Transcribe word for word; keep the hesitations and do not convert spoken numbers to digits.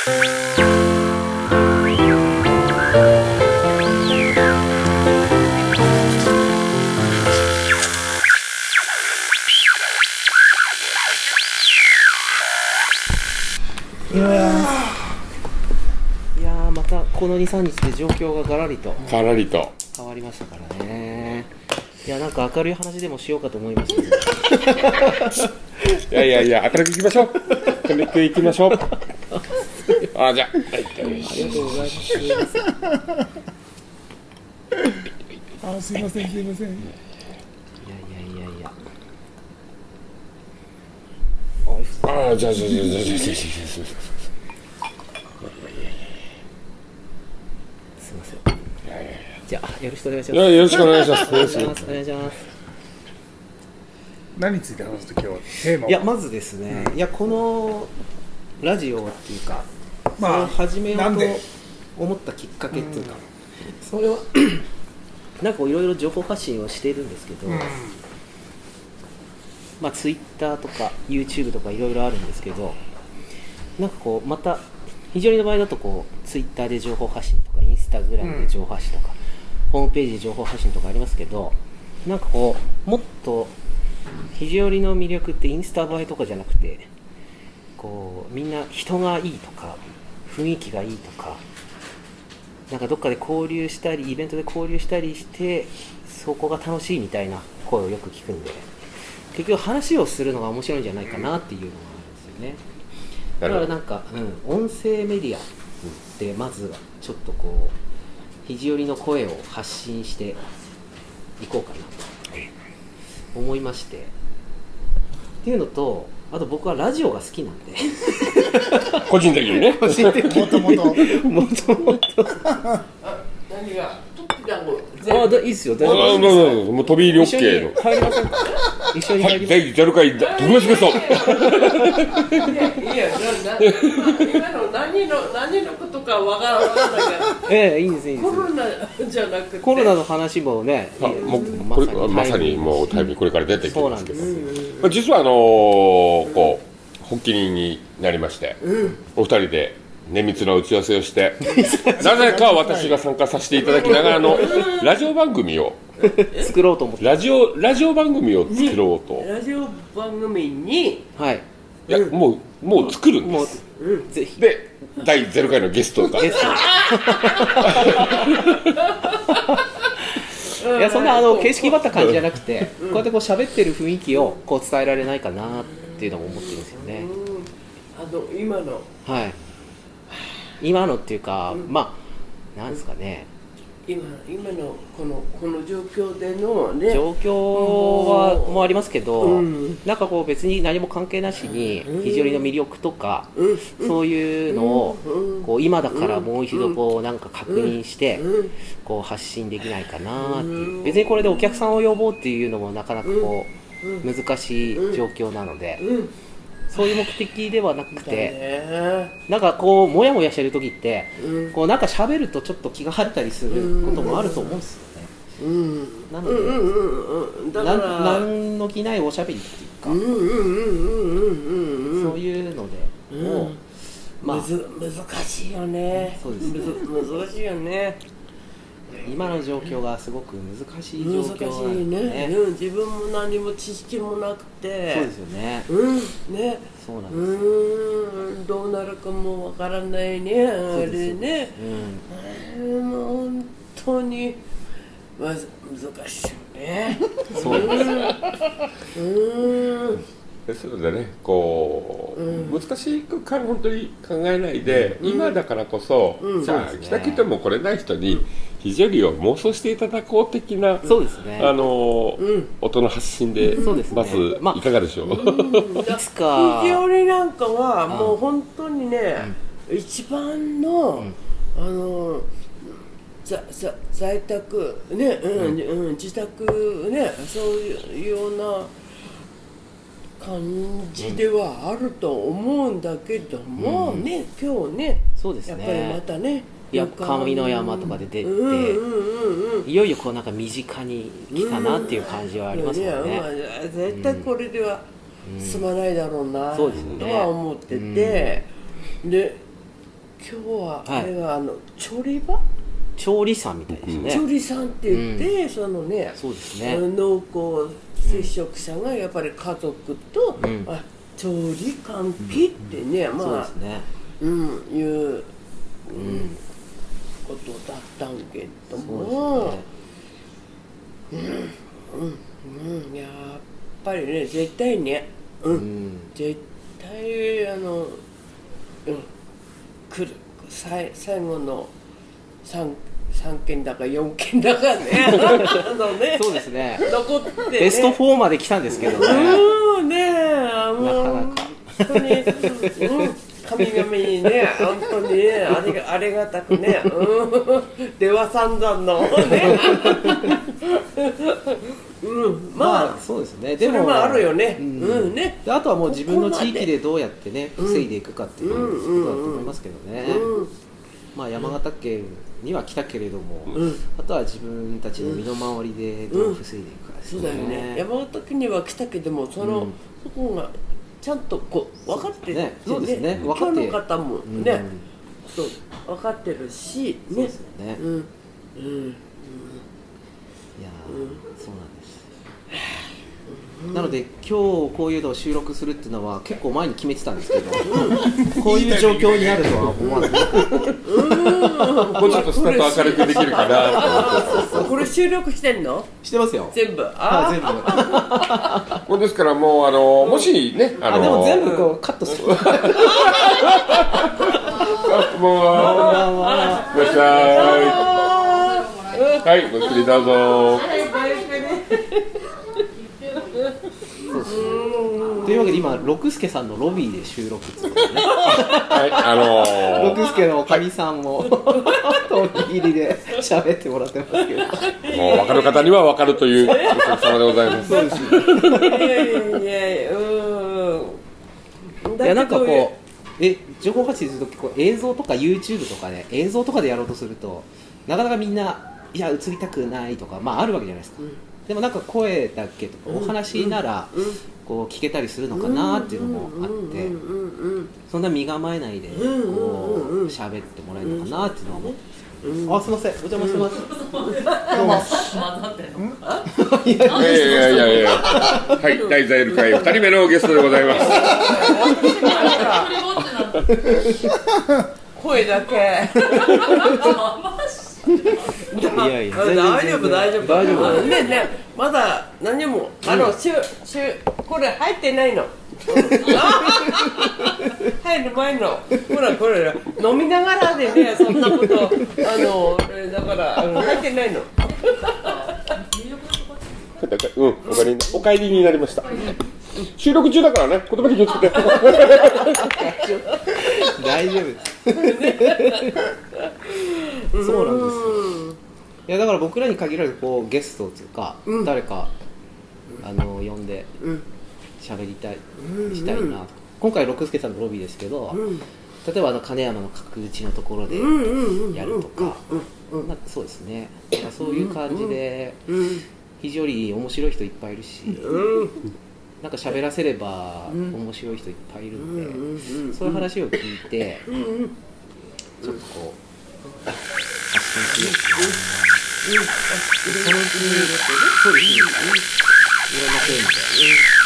いやいやーまたこの にさんにちで状況がガラリとガラリと変わりましたからね。いやなんか明るい話でもしようかと思いましたけどいやいやいや明るくいきましょう明るくいきましょうあじゃあ、はい、 ありがとうございますあすいませんすいません。 いやいやいやいやあじゃあじゃあじゃあじゃあじゃあじゃあじゃあすいません。じゃあよろしくお願いします。 よろしくお願いします。 お願いしますお願いします。 何について話すと今日はテーマは。 いやまずですね、いやこのラジオっていうか、 まあそれを始めようとなんで思ったきっかけっていうか、それはなんかいろいろ情報発信をしているんですけど、 うんまあツイッターとか YouTube とかいろいろあるんですけど、なんかこうまた非常にの場合だとこうツイッターで情報発信とかインスタグラムで情報発信とか、ホームページで情報発信とかありますけど、なんかこうもっと肘折の魅力ってインスタ映えとかじゃなくて、こうみんな人がいいとか雰囲気がいいとか、なんかどっかで交流したりイベントで交流したりしてそこが楽しいみたいな声をよく聞くんで、結局話をするのが面白いんじゃないかなっていうのがあるんですよね。だからなんか、うん、音声メディアでまずはちょっとこう肘折の声を発信していこうかなと思いまして、っていうのと、あと僕はラジオが好きなんで個人的にね個人的にもともともともと何がトッピ団子ああ、いいっすよ、大丈あ夫です。 もう飛び入り一緒 OK にの帰りませんか。一緒にはい、 帰りまだいゼロかい特別ゲストいやいやな今の何の何のことかわからわからないけええ、いいんですいいんです。 どコロナじゃなくてコロナの話もね、 あもうこれまさにもうタイムこれから出てきてますけど、 そうなんまあ、実はあのーこう発起人になりまして、お二人で綿密な打ち合わせをしてなぜか私が参加させていただきながらのラジオ番組を作ろうと思って。 ラジオラジオ番組を作ろうと、 ラジオ番組にはい。 いやもうもう作るんもです。 うぜひでだいゼロかいのゲストがゲスト。いやそんなあの形式ばった感じじゃなくて、こうやってこう喋ってる雰囲気をこう伝えられないかなっていうのも思ってるんですよね。 あの今のはい。今のっていうか、まあなんですかね。 今今のこのこの状況でのね状況はもありますけど、 うんなんかこう別に何も関係なしに肘折の魅力とか、 うんそういうのをうんこう今だからもう一度こうなんか確認してこう発信できないかなっていう。別にこれでお客さんを呼ぼうっていうのもなかなかこう難しい状況なので、 うんそういう目的ではなくだて、 ねなんかこうモヤモヤしてる時ってうんこうなんか喋るとちょっと気が晴れたりすることもあると思うんですよね。 うんなので、 うんうんうんうんだかなんらなんの気ないおしゃべりっていうか、 うんうんうんうんうんうんそういうので、 うんもうまあむず難しいよね。 そうですねむず難しいよね。 今の状況がすごく難しい状難し況なんいねでね。 うん、自分も何も知識もなくてそうですよね。 うんねそうなんうです。 ーんどうなるかもわからないねあそうですれねうん。 うんもう本当にまず難しいよねそうです。 うんですのでねこう、 うん難しくか本当に考えないで、今だからこそ、 うんじゃあそうですね来たくても来れない人に肘折を妄想していただこう的な、 そうですね。 あのーうん音の発信で、 そうですねまずまあいかがでしょう、 いつか肘折なんかはもう本当にね、一番の、あのざざ在宅ね、うんうん、自宅ねそういうような感じではあると思うんだけども、 うんね今日ねそうですやっぱりまね。 たねいや上の山とかで出て、 うんうんうんうんいよいよこうなんか身近に来たなっていう感じはありますよいやまあね。 絶対これでは進まないだろうな、 そうですねとは思ってて、で今日ははいあれがあの調理場、 調理さんみたいですね、 調理さんって言って、そのねそうですね、 濃厚接触者がやっぱり家族と、 うんあ調理関係ってね、 そうまあですね、 うんいう、うんことだったんけども、 そうですね、 うん、やっぱりね絶対ね、うんうん絶対あの、うん、来る最最後の 3, 三件だかよんけんだかねあのねそうですね、 残って、ね、 ベストフォーまで来たんですけどね、 うんねえもうなかなか本当に、うん、神々にね本当にねありがありがたくね、うん、出羽三山のねうん、まあ、 まあそうですね、 でもそれもあるよね、 ううんん、うん、ねであとはもう自分の地域でどうやってね防いでいくかっていうことだと思いますけどね、 うんまあ、山形県には来たけれども、 うん、 あとは自分たちの身の回りでどう防いでいくかですね、 そうだよね山形県には来たけどもその、うん、そこがちゃんとこう分かってね、そうですね、分か今って日の方もね、うん、そう分かってるし、ね、 そうですよね、 うんうんうん、 いや、うん、そうなんです、うん、なので今日こういうのを収録するっていうのは結構前に決めてたんですけど、うん、こういう状況になるとは思わずもうちょっとスタート明るくできるかなと思ってこれ収録してんの？ してますよ全部、 あ全部もうですからもうあのもしねあのあでも全部こうカットするもういらっしゃいはいごゆっくりどうぞというわけで今六助さんのロビーで収録っていうことねはいあのー、 六助のおかみさんも飛び入りで喋ってもらってますけどもう分かる方には分かるというお客様でございますそうですいやいやいやうんいやなんかこうえ情報発信すると結構映像とか YouTube とかね映像とかでやろうとするとなかなかみんないや映りたくないとかまああるわけじゃないですか、うん、でもなんか声だけとかお話ならこう聞けたりするのかなっていうのもあってそんな身構えないでこう喋ってもらえるのかなっていうのは思ってます。うん、あすみませんお邪魔してます。どうも。 いやいやいやいやはい大座エル会ふたりめのゲストでございます。 声だけ。 いやいや大丈夫大丈夫大丈夫ねねまだ何もあのしゅしゅこれ入ってないの入る前のほらこれ飲みながらでねそんなことあのだからあの入ってないのうんおかえりお帰りになりました収録中だからね言葉気をつけて大丈夫ですそうなんですいやだから僕らに限らずこうゲストというか、うん、誰かあの呼んで喋りたい、うん、したいなと、うん、今回六助さんのロビーですけど、うん、例えばあの金山の角打ちのところでやるとかなんかそうですねそういう感じで非常に面白い人いっぱいいるし、なんか喋らせれば面白い人いっぱいいるんで、そういう話を聞いてちょっとこう発信しようかな。そのうちにそうですね。いろんなテーマで。